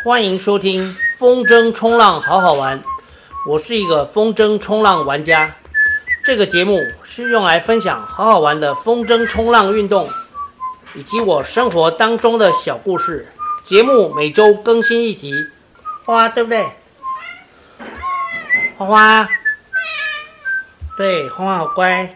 欢迎收听风筝冲浪好好玩，我是一个风筝冲浪玩家。这个节目是用来分享好好玩的风筝冲浪运动，以及我生活当中的小故事。节目每周更新一集，花花对不对？花花，对，花花好乖。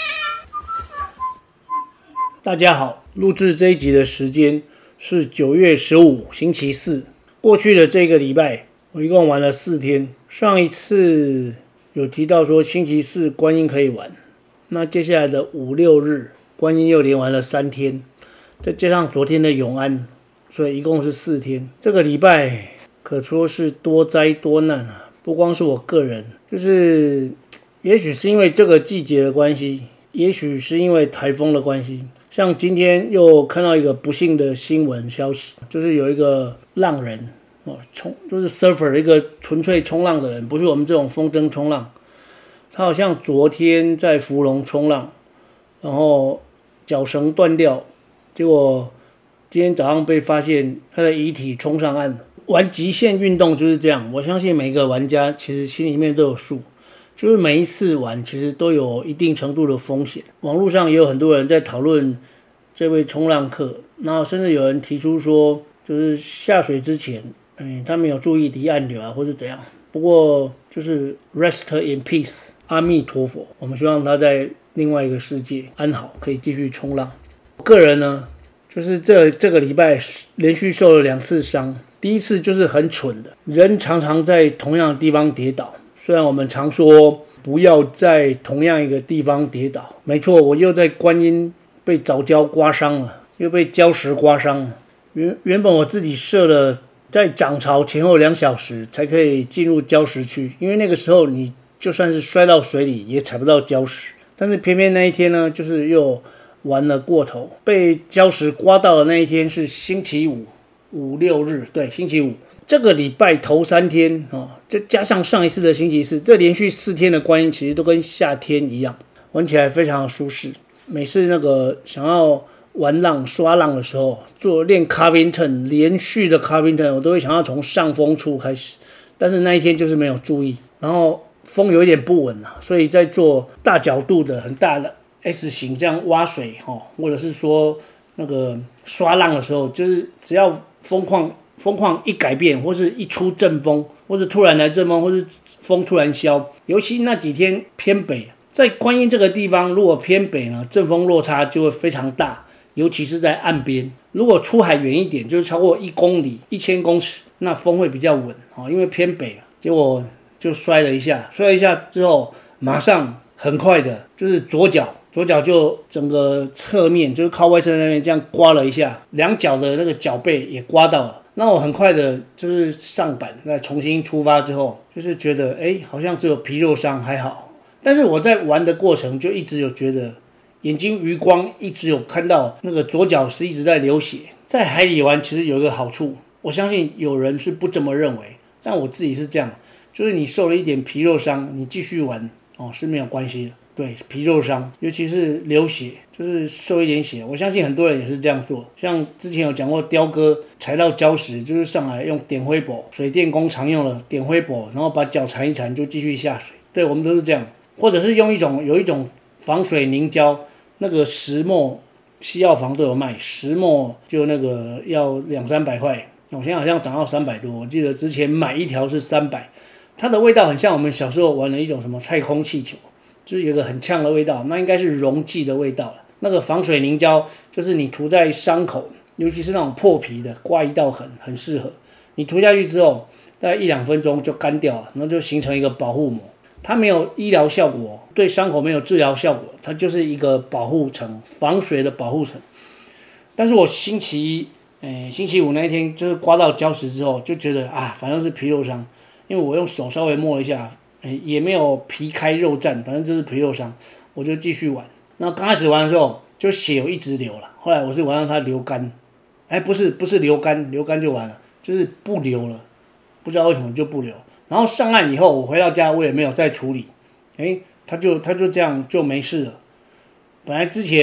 大家好，录制这一集的时间是9月15星期四。过去的这个礼拜，我一共玩了4天。上一次有提到说星期四观音可以玩，那接下来的5、6日观音又连玩了3天，再加上昨天的永安，所以一共是4天。这个礼拜可说是多灾多难啊！不光是我个人，就是也许是因为这个季节的关系，也许是因为台风的关系。像今天又看到一个不幸的新闻消息，就是有一个浪人就是 surfer 一个纯粹冲浪的人，不是我们这种风筝冲浪。他好像昨天在福隆冲浪，然后脚绳断掉，结果今天早上被发现他的遗体冲上岸。玩极限运动就是这样，我相信每个玩家其实心里面都有数。就是每一次玩其实都有一定程度的风险，网络上也有很多人在讨论这位冲浪客，然后甚至有人提出说，就是下水之前，他没有注意离岸流啊，或是怎样。不过就是 rest in peace， 阿弥陀佛，我们希望他在另外一个世界安好，可以继续冲浪。我个人呢，就是这个礼拜连续受了2次伤，第一次就是很蠢的，人常常在同样的地方跌倒。虽然我们常说不要在同样一个地方跌倒，没错，我又在观音被藻礁刮伤了，又被礁石刮伤了。原本我自己设了在涨潮前后2小时才可以进入礁石区，因为那个时候你就算是摔到水里也踩不到礁石。但是偏偏那一天呢，就是又玩了过头，被礁石刮到的那一天是星期5、5、6日，对，星期5。这个礼拜头3天再加上上一次的星期4，这连续4天的观音其实都跟夏天一样，玩起来非常的舒适。每次那个想要玩浪刷浪的时候，练 Carvington 连续的 Carvington， 我都会想要从上风处开始，但是那一天就是没有注意，然后风有一点不稳所以在做大角度的很大的 S 型这样挖水或者是说那个刷浪的时候，就是只要风况一改变，或是一出阵风，或是突然来阵风，或是风突然消，尤其那几天偏北，在观音这个地方，如果偏北呢，阵风落差就会非常大，尤其是在岸边。如果出海远一点，就是超过1公里、1000公尺，那风会比较稳因为偏北。结果就摔了一下之后，马上很快的，就是左脚就整个侧面，就是靠外侧那边这样刮了一下，2脚的那个脚背也刮到了。那我很快的就是上板，再重新出发之后，就是觉得好像只有皮肉伤还好，但是我在玩的过程就一直有觉得眼睛余光一直有看到那个左脚是一直在流血。在海里玩其实有一个好处，我相信有人是不这么认为，但我自己是这样，就是你受了一点皮肉伤，你继续玩是没有关系的。对，皮肉伤，尤其是流血，就是受一点血，我相信很多人也是这样做。像之前有讲过，雕哥踩到礁石，就是上来用点灰箔，水电工常用的点灰箔，然后把脚缠一缠就继续下水。对，我们都是这样，或者是用有一种防水凝胶，那个石墨西药房都有卖，石墨就那个要200-300块，我现在好像涨到300多，我记得之前买一条是300，它的味道很像我们小时候玩的一种什么太空气球。就是有一个很呛的味道，那应该是溶剂的味道。那个防水凝胶就是你涂在伤口，尤其是那种破皮的，刮一道痕很适合。你涂下去之后，大概1-2分钟就干掉了，然后就形成一个保护膜。它没有医疗效果，对伤口没有治疗效果，它就是一个保护层，防水的保护层。但是我星期5那一天就是刮到礁石之后，就觉得反正是皮肉伤，因为我用手稍微摸了一下。也没有皮开肉绽，反正就是皮肉伤，我就继续玩。那刚开始玩的时候，就血有一直流了，后来我是玩让它流干，不是流干就完了，就是不流了，不知道为什么就不流。然后上岸以后，我回到家我也没有再处理，它就这样就没事了。本来之前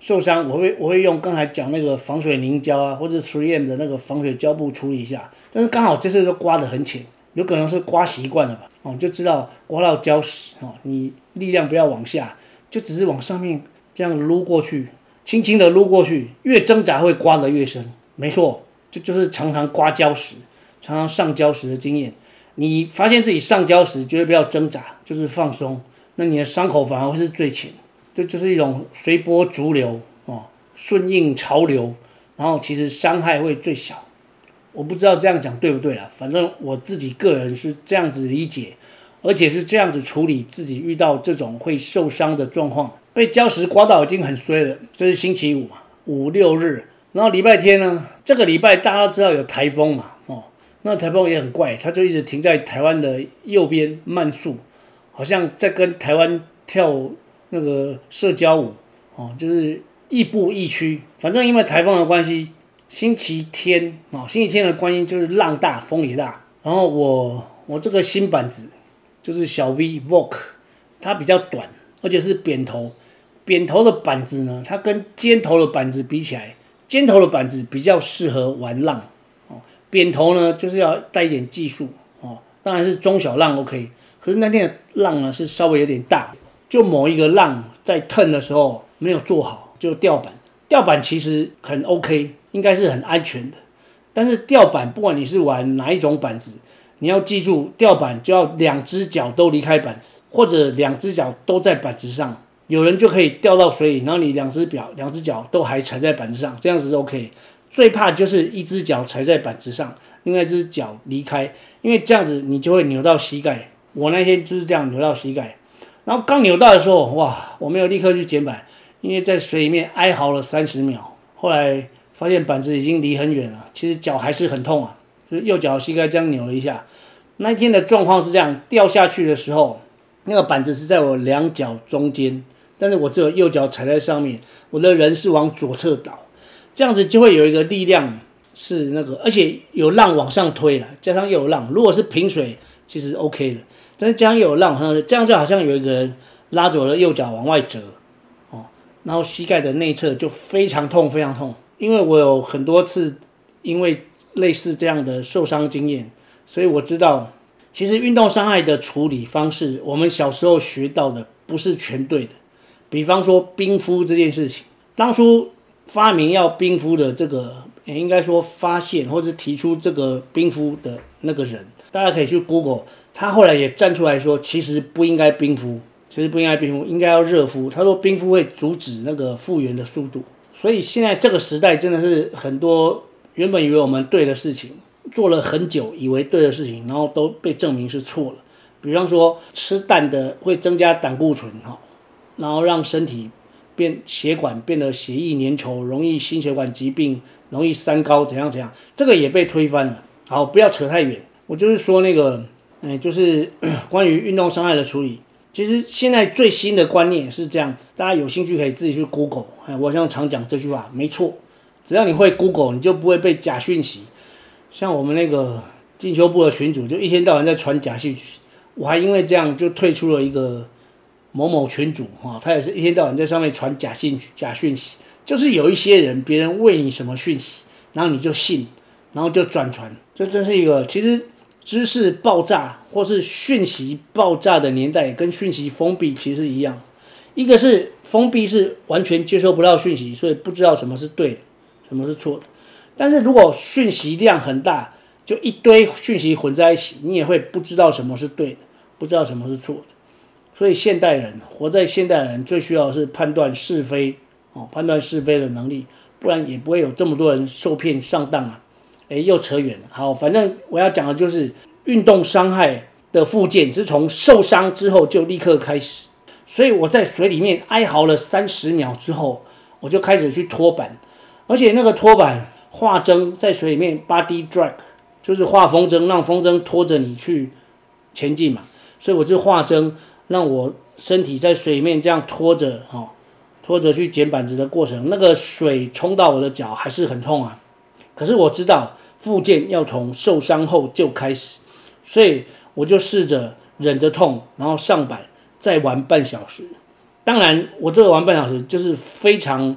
受伤，我会用刚才讲那个防水凝胶啊，或者 3M 的那个防水胶布处理一下。但是刚好这次都刮得很浅，有可能是刮习惯了吧，就知道刮到胶石你力量不要往下，就只是往上面这样撸过去，轻轻的撸过去，越挣扎会刮得越深。没错，这就是常常刮胶石、常常上胶石的经验。你发现自己上胶石，绝对不要挣扎，就是放松，那你的伤口反而会是最浅。这就是一种随波逐流顺应潮流，然后其实伤害会最小。我不知道这样讲对不对啦，反正我自己个人是这样子理解，而且是这样子处理自己遇到这种会受伤的状况。被礁石刮到已经很衰了，这是星期五嘛，5、6日，然后礼拜天呢，这个礼拜大家都知道有台风嘛，那台风也很怪，它就一直停在台湾的右边慢速，好像在跟台湾跳那个社交舞就是亦步亦趋。反正因为台风的关系，星期天的关系就是浪大风也大。然后我这个新板子就是小 V Vogue， 它比较短，而且是扁头。扁头的板子呢，它跟尖头的板子比起来，尖头的板子比较适合玩浪扁头呢就是要带一点技术当然是中小浪 OK。可是那天的浪呢是稍微有点大，就某一个浪在turn的时候没有做好，就吊板。吊板其实很 OK， 应该是很安全的。但是吊板不管你是玩哪一种板子，你要记住，吊板就要2只脚都离开板子，或者2只脚都在板子上。有人就可以掉到水里，然后你两只脚都还踩在板子上，这样子是 OK。最怕就是一只脚踩在板子上，另外一只脚离开，因为这样子你就会扭到膝盖。我那天就是这样扭到膝盖，然后刚扭到的时候，哇，我没有立刻去捡板，因为在水里面哀嚎了30秒。后来发现板子已经离很远了，其实脚还是很痛啊，就是右脚膝盖这样扭了一下。那一天的状况是这样，掉下去的时候，那个板子是在我2脚中间，但是我只有右脚踩在上面，我的人是往左侧倒，这样子就会有一个力量是那个，而且有浪往上推了，加上又有浪，如果是平水其实 OK 的，但是加上又有浪，这样就好像有一个人拉着我的右脚往外折然后膝盖的内侧就非常痛非常痛。因为我有很多次因为类似这样的受伤经验，所以我知道其实运动伤害的处理方式，我们小时候学到的不是全对的。比方说冰敷这件事情，当初发明要冰敷的这个，应该说发现或者提出这个冰敷的那个人，大家可以去 Google， 他后来也站出来说，其实不应该冰敷，应该要热敷。他说冰敷会阻止那个复原的速度。所以现在这个时代真的是很多原本以为我们对的事情，做了很久以为对的事情，然后都被证明是错了。比方说吃蛋的会增加胆固醇然后让身体血管变得血液粘稠，容易心血管疾病，容易三高怎样，这个也被推翻了。好，不要扯太远，我就是说那个就是关于运动伤害的处理。其实现在最新的观念是这样子，大家有兴趣可以自己去 Google。我像常讲这句话，没错，只要你会 Google， 你就不会被假讯息。像我们那个进修部的群组，就一天到晚在传假讯息，我还因为这样就退出了一个某某群组他也是一天到晚在上面传假讯息，就是有一些人，别人喂你什么讯息，然后你就信，然后就转传，这真是一个其实。知识爆炸或是讯息爆炸的年代，跟讯息封闭其实一样。一个是封闭，是完全接收不到讯息，所以不知道什么是对的，什么是错的。但是如果讯息量很大，就一堆讯息混在一起，你也会不知道什么是对的，不知道什么是错的。所以活在现代人最需要的是判断是非的能力，不然也不会有这么多人受骗上当啊。又扯远了。好，反正我要讲的就是运动伤害的复健是从受伤之后就立刻开始。所以我在水里面哀嚎了30秒之后，我就开始去拖板，而且那个拖板画针在水里面 body drag， 就是画风筝，让风筝拖着你去前进嘛。所以我就画针，让我身体在水里面这样拖着去捡板子的过程，那个水冲到我的脚还是很痛啊。可是我知道复健要从受伤后就开始，所以我就试着忍着痛，然后上板再玩半小时。当然我这个玩半小时就是非常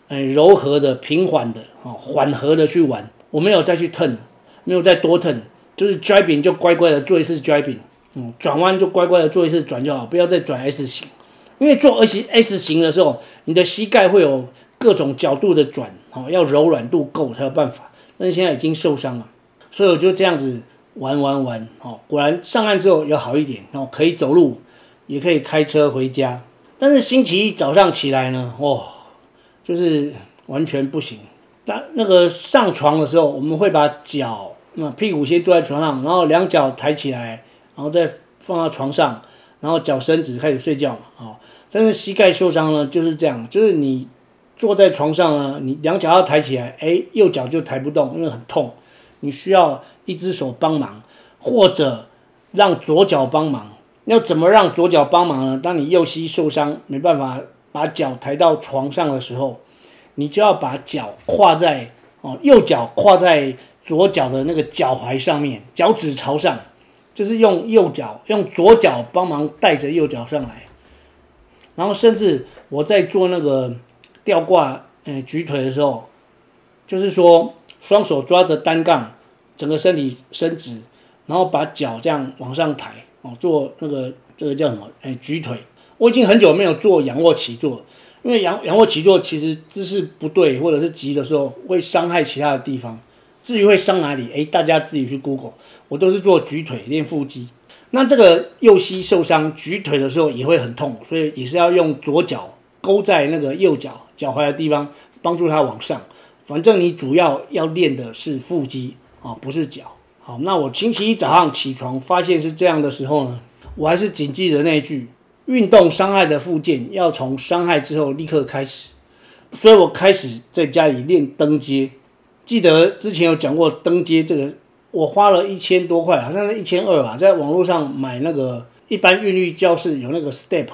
柔和的、平缓的、缓和的去玩，我没有再去 turn， 没有再多 turn， 就是 driving 就乖乖的做一次 driving，转弯就乖乖的做一次转就好，不要再转 S 型，因为做 S 型的时候，你的膝盖会有各种角度的转，要柔软度够才有办法。但是现在已经受伤了，所以我就这样子玩，果然上岸之后有好一点，可以走路，也可以开车回家。但是星期一早上起来呢，就是完全不行。那个上床的时候，我们会把脚，屁股先坐在床上，然后两脚抬起来，然后再放到床上，然后脚伸直开始睡觉嘛，但是膝盖受伤呢，就是这样，就是你坐在床上呢，你两脚要抬起来，右脚就抬不动，因为很痛，你需要一只手帮忙，或者让左脚帮忙。要怎么让左脚帮忙呢？当你右膝受伤，没办法把脚抬到床上的时候，你就要把脚跨在右脚跨在左脚的那个脚踝上面，脚趾朝上，就是用左脚帮忙带着右脚上来。然后甚至我在做那个吊挂举腿的时候，就是说双手抓着单杠，整个身体伸直，然后把脚这样往上抬，做这个叫什么举腿。我已经很久没有做仰卧起坐，因为仰卧起坐其实姿势不对或者是急的时候会伤害其他的地方，至于会伤哪里，大家自己去 Google。我都是做举腿练腹肌。那这个右膝受伤举腿的时候也会很痛，所以也是要用左脚勾在那个右脚脚踝的地方，帮助它往上。反正你主要练的是腹肌不是脚。好，那我星期一早上起床发现是这样的时候呢，我还是谨记着那一句：运动伤害的复健要从伤害之后立刻开始。所以我开始在家里练登阶。记得之前有讲过登阶这个，我花了1000多块，好像是1200吧，在网络上买那个一般韵律教室有那个 step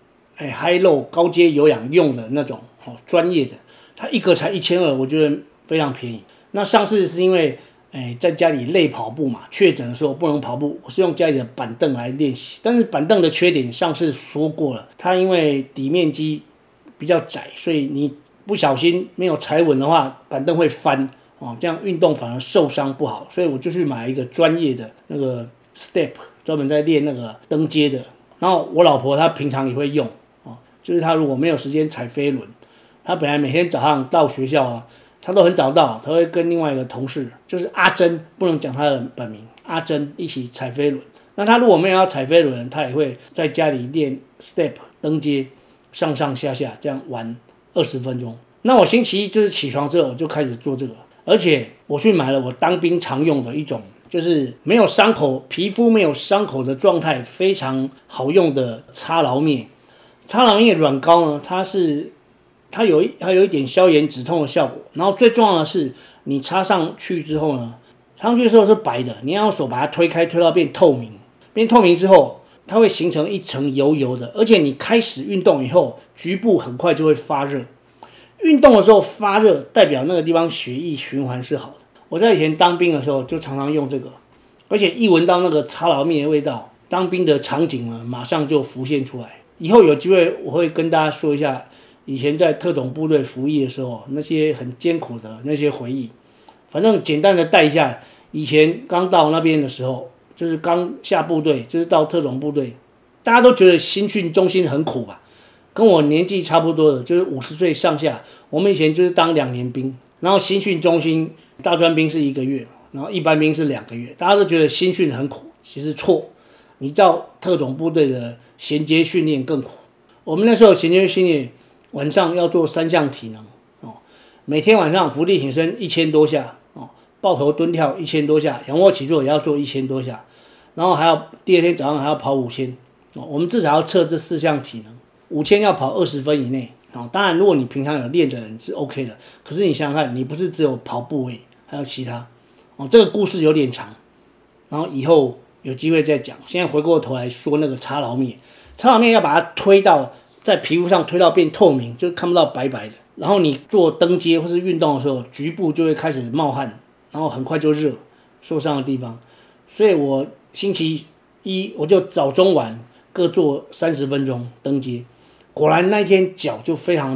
high low 高阶有氧用的那种专业的，它一个才1200，我觉得非常便宜。那上次是因为在家里累跑步嘛，确诊的时候不能跑步，我是用家里的板凳来练习。但是板凳的缺点上次说过了，它因为底面积比较窄，所以你不小心没有踩稳的话，板凳会翻这样运动反而受伤不好。所以我就去买一个专业的那个 step， 专门在练那个登阶的。然后我老婆她平常也会用就是她如果没有时间踩飞轮，她本来每天早上到学校他都很早到，他会跟另外一个同事，就是阿珍，不能讲他的本名，阿珍一起踩飞轮。那他如果没有要踩飞轮，他也会在家里练 step 登阶，上上下下这样玩20分钟。那我星期一就是起床之后我就开始做这个，而且我去买了我当兵常用的一种，就是没有伤口、皮肤没有伤口的状态非常好用的擦劳面。擦劳面软膏呢，它有一点消炎止痛的效果，然后最重要的是，你插上去之后呢，插上去的时候是白的，你要用手把它推开，推到变透明，变透明之后，它会形成一层油油的，而且你开始运动以后，局部很快就会发热。运动的时候发热，代表那个地方血液循环是好的。我在以前当兵的时候就常常用这个，而且一闻到那个擦劳面的味道，当兵的场景呢，马上就浮现出来。以后有机会我会跟大家说一下。以前在特种部队服役的时候，那些很艰苦的那些回忆，反正简单的带一下。以前刚到那边的时候，就是刚下部队，就是到特种部队，大家都觉得新训中心很苦吧？跟我年纪差不多的，就是50岁上下。我们以前就是当2年兵，然后新训中心大专兵是1个月，然后一般兵是2个月。大家都觉得新训很苦，其实错。你到特种部队的衔接训练更苦。我们那时候衔接训练。晚上要做3项体能每天晚上伏地挺身1000多下抱头蹲跳1000多下，仰卧起坐也要做1000多下，然后还要第二天早上还要跑5000我们至少要测这4项体能，5000要跑20分以内当然如果你平常有练的人是 OK 的，可是你想想看，你不是只有跑步而已，还有其他这个故事有点长，然后以后有机会再讲。现在回过头来说那个擦劳面，擦劳面要把它推到在皮肤上推到变透明，就看不到白白的。然后你做登阶或是运动的时候，局部就会开始冒汗，然后很快就热，受伤的地方。所以我星期一我就早中晚各做30分钟登阶，果然那一天脚就非常的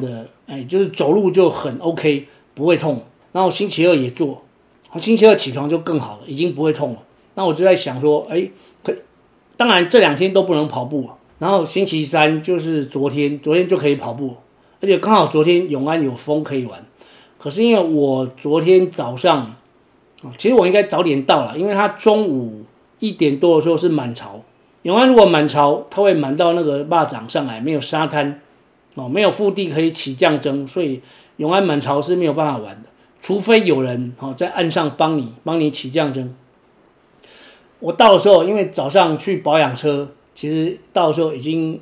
就是走路就很 OK， 不会痛。然后星期二也做，星期二起床就更好了，已经不会痛了。那我就在想说，当然这2天都不能跑步，然后星期三就是昨天就可以跑步，而且刚好昨天永安有风可以玩。可是因为我昨天早上，其实我应该早点到了，因为它中午1点多的时候是满潮。永安如果满潮，它会满到那个坝掌上来，没有沙滩，没有腹地可以起降争，所以永安满潮是没有办法玩的，除非有人在岸上帮你起降争。我到的时候，因为早上去保养车，其实到的时候已经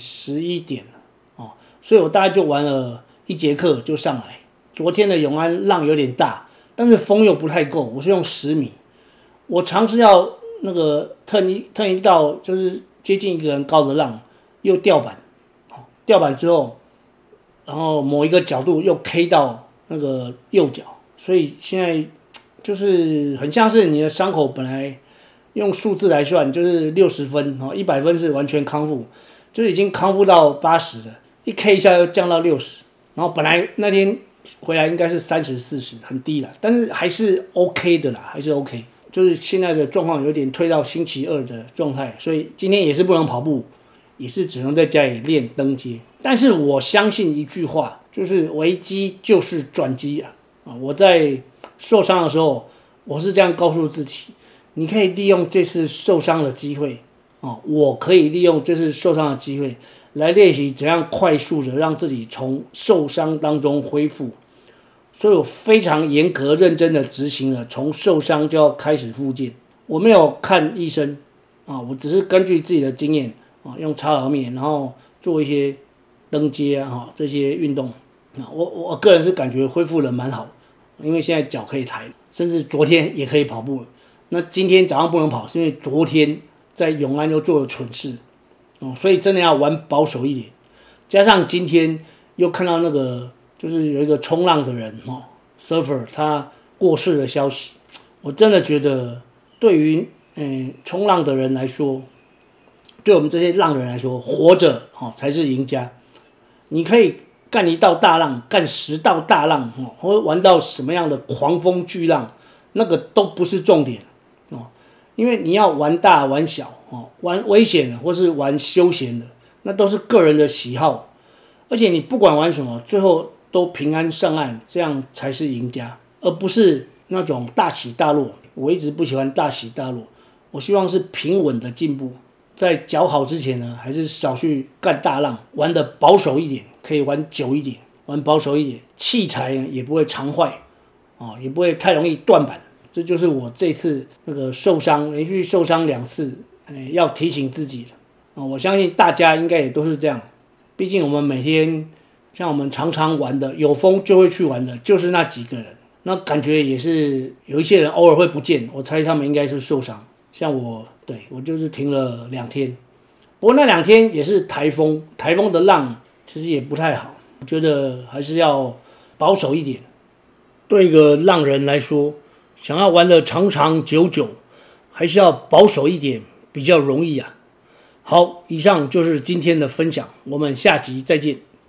11点了所以我大概就玩了1节课就上来。昨天的永安浪有点大，但是风又不太够，我是用10米。我尝试要那个turn一道就是接近1个人高的浪，又吊板之后，然后某一个角度又 K 到那个右脚，所以现在就是很像是你的伤口本来用数字来算就是60分100分是完全康复，就是已经康复到80了，一 K 一下又降到60，然后本来那天回来应该是30、40，很低了，但是还是 OK 的啦，还是 OK。就是现在的状况有点退到星期二的状态，所以今天也是不能跑步，也是只能在家里练登阶。但是我相信一句话，就是危机就是转机啊！我在受伤的时候，我是这样告诉自己：你可以利用这次受伤的机会我可以利用这次受伤的机会来练习怎样快速的让自己从受伤当中恢复。所以我非常严格认真的执行了从受伤就要开始复健。我没有看医生我只是根据自己的经验用擦老面，然后做一些登阶这些运动。我个人是感觉恢复的蛮好，因为现在脚可以抬，甚至昨天也可以跑步了。那今天早上不能跑，是因为昨天在永安又做了蠢事所以真的要玩保守一点。加上今天又看到那个就是有一个冲浪的人surfer 他过世的消息，我真的觉得对于冲浪的人来说，对我们这些浪人来说，活着才是赢家。你可以干1道大浪，干10道大浪或玩到什么样的狂风巨浪，那个都不是重点因为你要玩大玩小玩危险的或是玩休闲的，那都是个人的喜好。而且你不管玩什么，最后都平安上岸，这样才是赢家，而不是那种大起大落。我一直不喜欢大起大落，我希望是平稳的进步。在脚好之前呢，还是少去干大浪，玩的保守一点，可以玩久一点，玩保守一点，器材也不会常坏也不会太容易断板。这就是我这次那个受伤，连续受伤2次，要提醒自己的我相信大家应该也都是这样。毕竟我们每天像我们常常玩的，有风就会去玩的，就是那几个人。那感觉也是有一些人偶尔会不见，我猜他们应该是受伤。像我就是停了2天，不过那2天也是台风的浪其实也不太好，我觉得还是要保守一点。对一个浪人来说，想要玩的长长久久，还是要保守一点比较容易啊。好，以上就是今天的分享，我们下集再见。